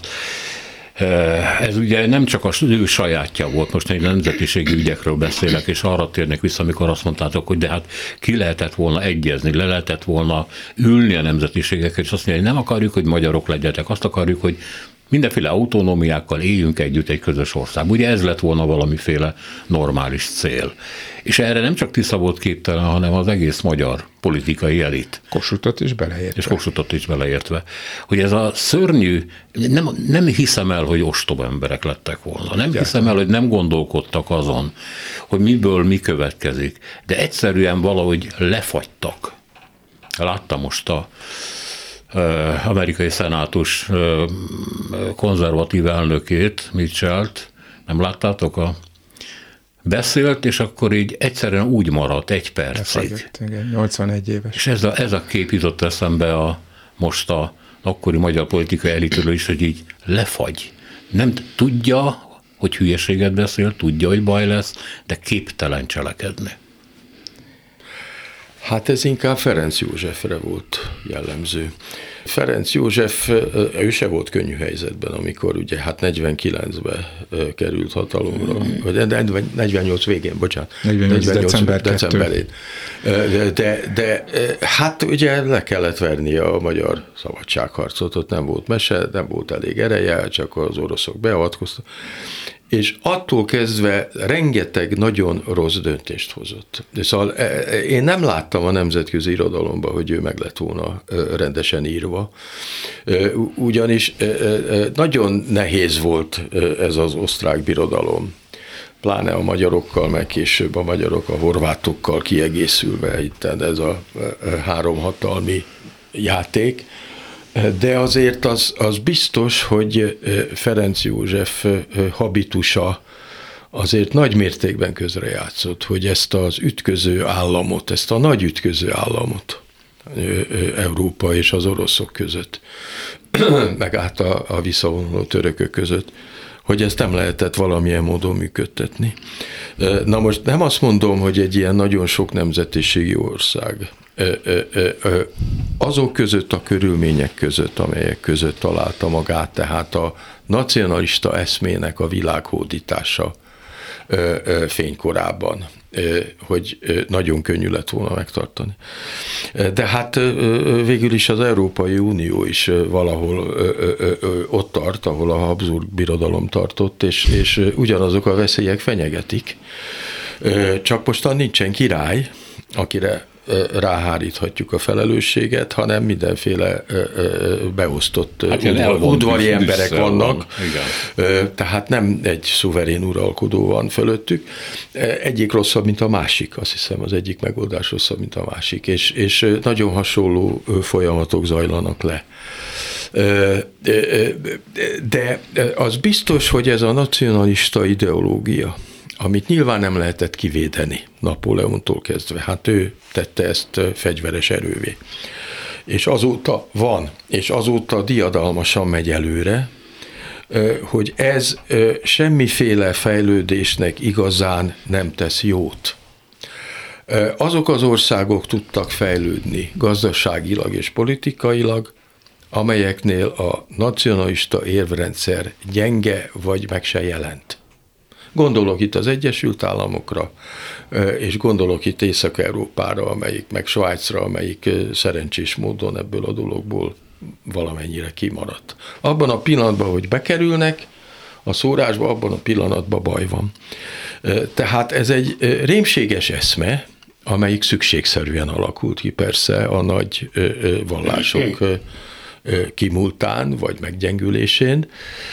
ez ugye nem csak az ő sajátja volt, most egy nemzetiségi ügyekről beszélek, és arra térnek vissza, amikor azt mondtátok, hogy de hát ki lehetett volna egyezni, le lehetett volna ülni a nemzetiségekkel, és azt mondja, hogy nem akarjuk, hogy magyarok legyetek, azt akarjuk, hogy mindenféle autonómiákkal éljünk együtt egy közös ország. Ugye ez lett volna valamiféle normális cél. És erre nem csak Tisza volt képtelen, hanem az egész magyar politikai elit. Kossuthot is beleértve. És Kossuthot is beleértve. Hogy ez a szörnyű, nem hiszem el, hogy ostoba emberek lettek volna. Nem hiszem el, hogy nem gondolkodtak azon, hogy miből mi következik. De egyszerűen valahogy lefagytak. Láttam most a amerikai szenátus konzervatív elnökét, Mitchell-t, nem láttátok? Beszélt, és akkor így egyszerűen úgy maradt egy percig. Igen, 81 éves. És ez a kép jutott eszembe most a akkori magyar politikai elitről is, hogy így lefagy. Nem tudja, hogy hülyeséget beszél, tudja, hogy baj lesz, de képtelen cselekedni. Hát ez inkább Ferenc Józsefre volt jellemző. Ferenc József, ő se volt könnyű helyzetben, amikor ugye 49-ben került hatalomra, 48 végén, bocsánat. 48 decemberén. De hát ugye le kellett verni a magyar szabadságharcot, ott nem volt mese, nem volt elég ereje, csak az oroszok beavatkoztak. És attól kezdve rengeteg nagyon rossz döntést hozott. Szóval én nem láttam a nemzetközi irodalomban, hogy ő meg lett volna rendesen írva, ugyanis nagyon nehéz volt ez az osztrák birodalom, pláne a magyarokkal, meg később a magyarok a horvátokkal kiegészülve itt ez a három hatalmi játék. De azért az biztos, hogy Ferenc József habitusa azért nagy mértékben közrejátszott, hogy ezt az ütköző államot, ezt a nagy ütköző államot Európa és az oroszok között, meg át a visszavonuló törökök között, hogy ezt nem lehetett valamilyen módon működtetni. Na most nem azt mondom, hogy egy ilyen nagyon sok nemzetiségi ország azok között a körülmények között, amelyek között találta magát, tehát a nacionalista eszmének a világhódítása fénykorában, hogy nagyon könnyű lett volna megtartani. De hát végül is az Európai Unió is valahol ott tart, ahol a Habsburg birodalom tartott, és ugyanazok a veszélyek fenyegetik. Csak mostan nincsen király, akire ráháríthatjuk a felelősséget, hanem mindenféle beosztott udvari emberek vannak, tehát nem egy szuverén uralkodó van fölöttük. Egyik rosszabb, mint a másik, azt hiszem az egyik megoldás rosszabb, mint a másik, és nagyon hasonló folyamatok zajlanak le. De az biztos, hogy ez a nacionalista ideológia, amit nyilván nem lehetett kivédeni Napóleontól kezdve. Hát ő tette ezt fegyveres erővé. És azóta van, és azóta diadalmasan megy előre, hogy ez semmiféle fejlődésnek igazán nem tesz jót. Azok az országok tudtak fejlődni gazdaságilag és politikailag, amelyeknél a nacionalista érvrendszer gyenge vagy meg se jelent. Gondolok itt az Egyesült Államokra, és gondolok itt Észak-Európára, meg Svájcra, amelyik szerencsés módon ebből a dologból valamennyire kimaradt. Abban a pillanatban, hogy bekerülnek, a szórásban, abban a pillanatban baj van. Tehát ez egy rémséges eszme, amelyik szükségszerűen alakult ki persze a nagy vallások kimúltán, vagy meggyengülésén,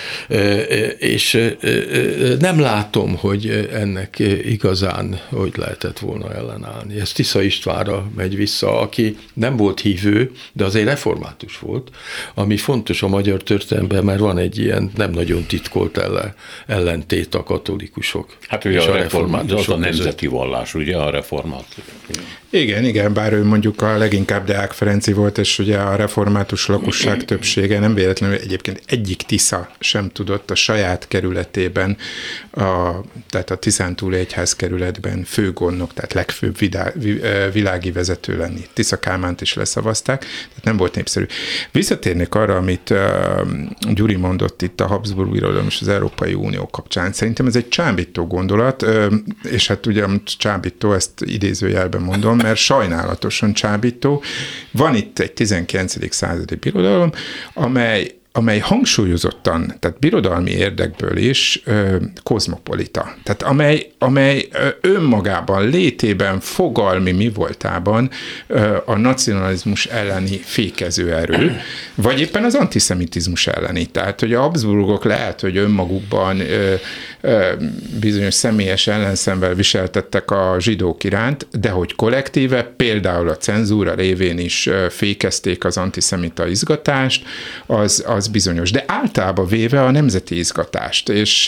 és nem látom, hogy ennek igazán hogy lehetett volna ellenállni. Ez Tisza Istvánra megy vissza, aki nem volt hívő, de azért református volt, ami fontos a magyar történelemben, mert van egy ilyen nem nagyon titkolt ellentét a katolikusok. Hát ugye a református az a nemzeti vallás, ugye a református. Igen, bár ő mondjuk a leginkább Deák Ferenci volt, és ugye a református lakosság többsége nem véletlenül egyébként egyik tisza sem tudott a saját kerületében, tehát a Tiszántúli egyház kerületben főgondnok, tehát legfőbb világi vezető lenni. Tisza Kálmánt is leszavazták, tehát nem volt népszerű. Visszatérnék arra, amit Gyuri mondott itt a Habsburg Birodalom és az Európai Unió kapcsán. Szerintem ez egy csábító gondolat, és hát ugye csábító, ezt idézőjelben mondom, mert sajnálatosan csábító. Van itt egy 19. századi birodalom, amely hangsúlyozottan, tehát birodalmi érdekből is kozmopolita. Tehát amely önmagában, létében, fogalmi mi voltában a nacionalizmus elleni fékező erő, vagy éppen az antiszemitizmus elleni. Tehát, hogy a Habsburgok lehet, hogy önmagukban bizonyos személyes ellenszemvel viseltettek a zsidók iránt, de hogy kollektíve, például a cenzúra révén is fékezték az antiszemita izgatást, az bizonyos. De általában véve a nemzeti izgatást,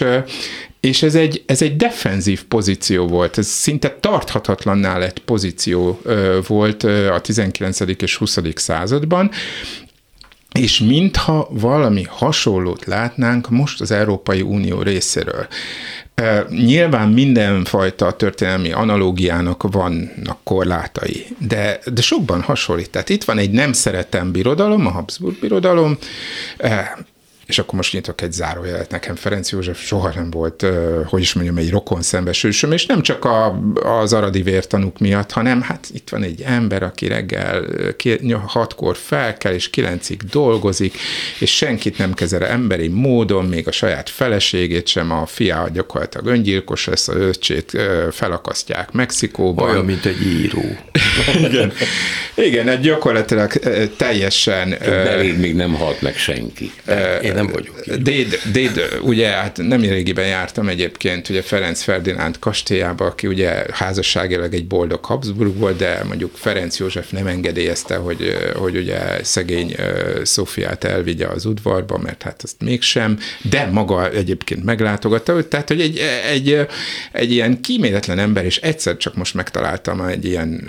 és ez egy defenzív pozíció volt, ez szinte tarthatatlanná lett pozíció volt a 19. és 20. században, és mintha valami hasonlót látnánk most az Európai Unió részéről. Nyilván mindenfajta történelmi analógiának vannak korlátai, de sokban hasonlít. Tehát itt van egy nem szeretem birodalom, a Habsburg birodalom, és akkor most nyitok egy zárójelet, nekem Ferenc József soha nem volt, egy rokon szembesülsöm, és nem csak az aradi vértanúk miatt, hanem hát itt van egy ember, aki reggel 6-kor felkel, és 9-ig dolgozik, és senkit nem kezel emberi módon, még a saját feleségét sem, a fia gyakorlatilag öngyilkos lesz, az öccsét felakasztják Mexikóban. Olyan, mint egy író. Igen, hát gyakorlatilag teljesen... Beléd még nem halt meg senki. Én nem vagyok. Déd, ugye, hát nem régiben jártam egyébként, ugye Ferenc Ferdinánd kastélyába, aki ugye házasságilag egy boldog Habsburg volt, de mondjuk Ferenc József nem engedélyezte, hogy ugye szegény Szófiát elvigye az udvarba, mert hát azt mégsem, de maga egyébként meglátogatta, tehát, hogy egy ilyen kíméletlen ember, és egyszer csak most megtaláltam egy ilyen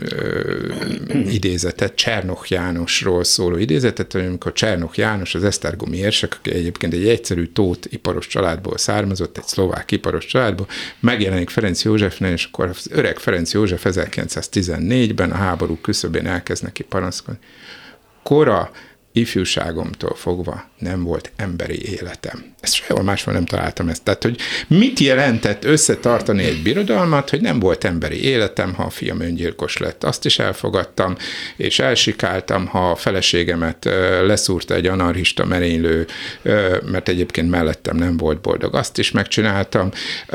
idézetet, Csernoch Jánosról szóló idézetet, amikor Csernoch János, az esztergomi érsek, aki egyébként egy egyszerű tót iparos családból származott, egy szlovák iparos családból, megjelenik Ferenc Józsefnél, és akkor az öreg Ferenc József 1914-ben a háború küszöbén elkezd neki panaszkodni. Kora ifjúságomtól fogva nem volt emberi életem. Ezt sehol máshol nem találtam ezt. Tehát, hogy mit jelentett összetartani egy birodalmat, hogy nem volt emberi életem, ha a fiam öngyilkos lett. Azt is elfogadtam, és elsikáltam, ha a feleségemet leszúrta egy anarchista merénylő, mert egyébként mellettem nem volt boldog. Azt is megcsináltam.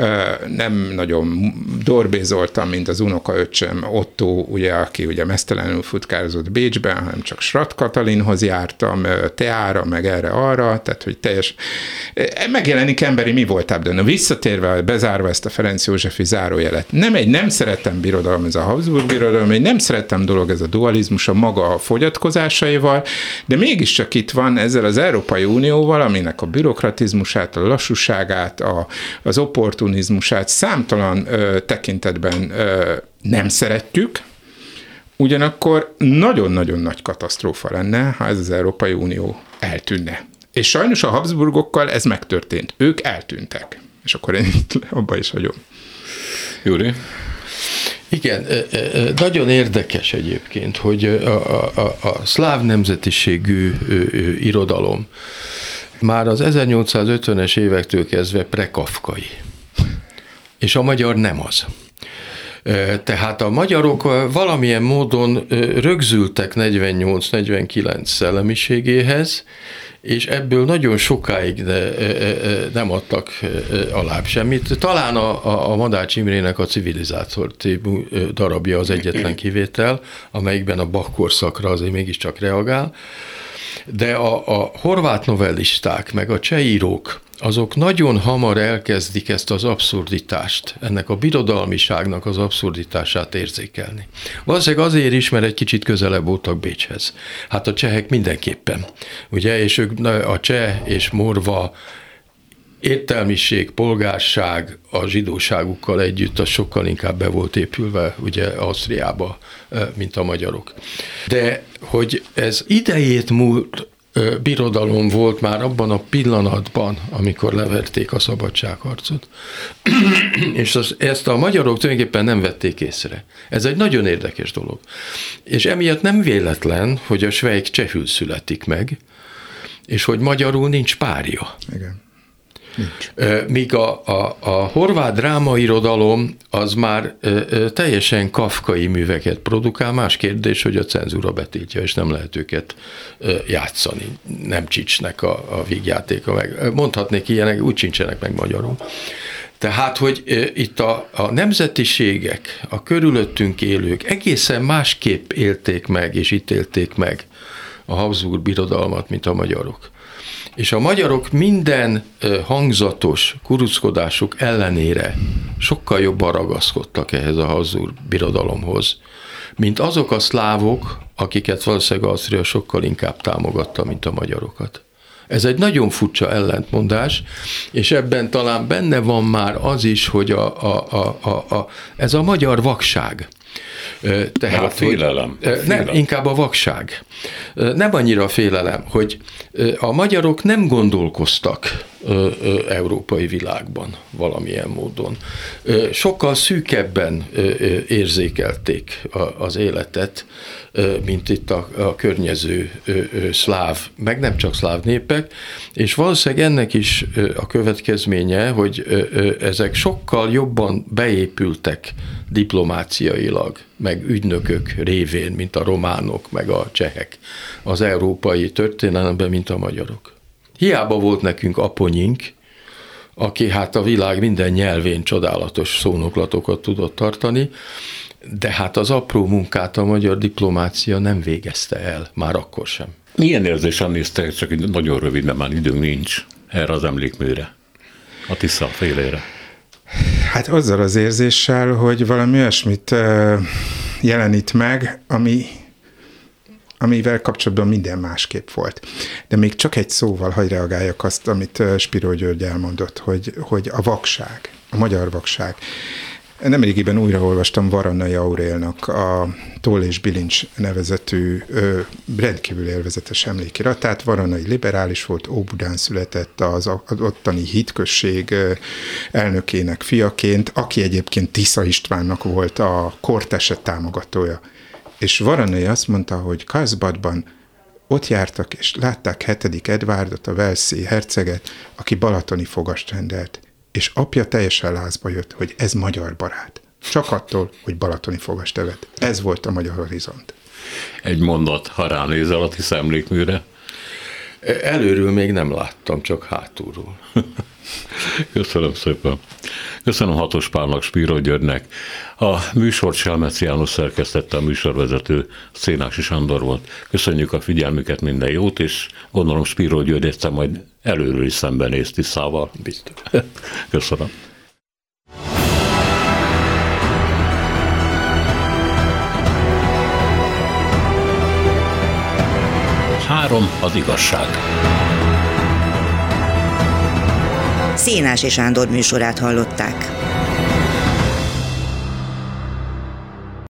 Nem nagyon dorbézoltam, mint az unokaöccsem Otto, ugye, aki ugye meztelenül futkározott Bécsben, hanem csak Schratt Katalinhoz jártam, teára, meg erre-arra, tehát, hogy teljes... Megjelenik emberi mi voltább, de visszatérve, bezárva ezt a Ferenc Józsefi zárójelet. Nem szeretem birodalom, ez a Habsburg birodalom, nem szeretem dolog ez a dualizmus a maga fogyatkozásaival, de mégiscsak itt van ezzel az Európai Unióval, aminek a bürokratizmusát, a lassúságát, az opportunizmusát számtalan tekintetben nem szeretjük, ugyanakkor nagyon-nagyon nagy katasztrófa lenne, ha ez az Európai Unió eltűnne. És sajnos a Habsburgokkal ez megtörtént. Ők eltűntek. És akkor én itt abba is hagyom. Júri? Igen, nagyon érdekes egyébként, hogy a szláv nemzetiségű irodalom már az 1850-es évektől kezdve prekafkai. És a magyar nem az. Tehát a magyarok valamilyen módon rögzültek 48-49 szellemiségéhez, és ebből nagyon sokáig nem adtak alább semmit. Talán a Madács Imrének a Civilizátor darabja az egyetlen kivétel, amelyikben a Bach korszakra azért mégiscsak reagál, de a horvát novellisták, meg a cseh írók, azok nagyon hamar elkezdik ezt az abszurditást, ennek a birodalmiságnak az abszurditását érzékelni. Valószínűleg azért is, mert egy kicsit közelebb voltak Bécshez. Hát a csehek mindenképpen, ugye, és ők a cseh és morva értelmiség, polgárság a zsidóságukkal együtt az sokkal inkább be volt épülve ugye Ausztriába, mint a magyarok. De hogy ez idejét múlt birodalom volt már abban a pillanatban, amikor leverték a szabadságharcot. És ezt a magyarok tulajdonképpen nem vették észre. Ez egy nagyon érdekes dolog. És emiatt nem véletlen, hogy a Schweik csehül születik meg, és hogy magyarul nincs párja. Igen. Nincs. Míg a horvát drámairodalom az már teljesen kafkai műveket produkál, más kérdés, hogy a cenzúra betiltja, és nem lehet őket játszani. Nem csicsnek a vígjátéka meg. Mondhatnék ilyenek, úgy sincsenek meg magyarul. Tehát, hogy itt a nemzetiségek, a körülöttünk élők egészen másképp élték meg és ítélték meg a Habsburg birodalmat, mint a magyarok. És a magyarok minden hangzatos kuruckodásuk ellenére sokkal jobban ragaszkodtak ehhez a Habsburg birodalomhoz, mint azok a szlávok, akiket valószínűleg Ausztria sokkal inkább támogatta, mint a magyarokat. Ez egy nagyon furcsa ellentmondás, és ebben talán benne van már az is, hogy ez a magyar vakság. Tehát a félelem. Nem, inkább a vakság. Nem annyira a félelem, hogy a magyarok nem gondolkoztak európai világban valamilyen módon. Sokkal szűkebben érzékelték az életet, mint itt a környező szláv, meg nem csak szláv népek, és valószínűleg ennek is a következménye, hogy ezek sokkal jobban beépültek diplomáciailag, meg ügynökök révén, mint a románok, meg a csehek az európai történelemben, mint a magyarok. Hiába volt nekünk aponyink, aki hát a világ minden nyelvén csodálatos szónoklatokat tudott tartani, de hát az apró munkát a magyar diplomácia nem végezte el, már akkor sem. Milyen érzésen néztek, csak nagyon röviden, már időnk nincs erre az emlékműre, a Tisza félére? Hát azzal az érzéssel, hogy valami olyasmit jelenít meg, amivel kapcsolatban minden másképp volt. De még csak egy szóval hadd reagáljak azt, amit Spiró György elmondott, hogy a vakság, a magyar vakság. Nemrégiben újraolvastam Varannai Aurélnak a Toll és Bilincs nevezetű rendkívül élvezetes emlékiratát. Varannai liberális volt, Óbudán született, az ottani hitközség elnökének fiaként, aki egyébként Tisza Istvánnak volt a Korteset támogatója. És Varannai azt mondta, hogy Karlsbadban ott jártak, és látták 7. Edvárdot, a walesi herceget, aki balatoni fogast rendelt. És apja teljesen lázba jött, hogy ez magyar barát. Csak attól, hogy balatoni fogast evett. Ez volt a magyar horizont. Egy mondat, ha ránézel a Tisza emlékműre. Előről még nem láttam, csak hátulról. Köszönöm szépen. Köszönöm Hatos Pálnak, Spiró Györgynek. A műsort Selmeci János szerkesztette, a műsorvezető Szénási Sándor volt. Köszönjük a figyelmüket, minden jót, és gondolom Spiró György egyszer majd előről is szembenéz Tiszával. Biztos. Köszönöm. 3 az igazság. Szénási Sándor műsorát hallották.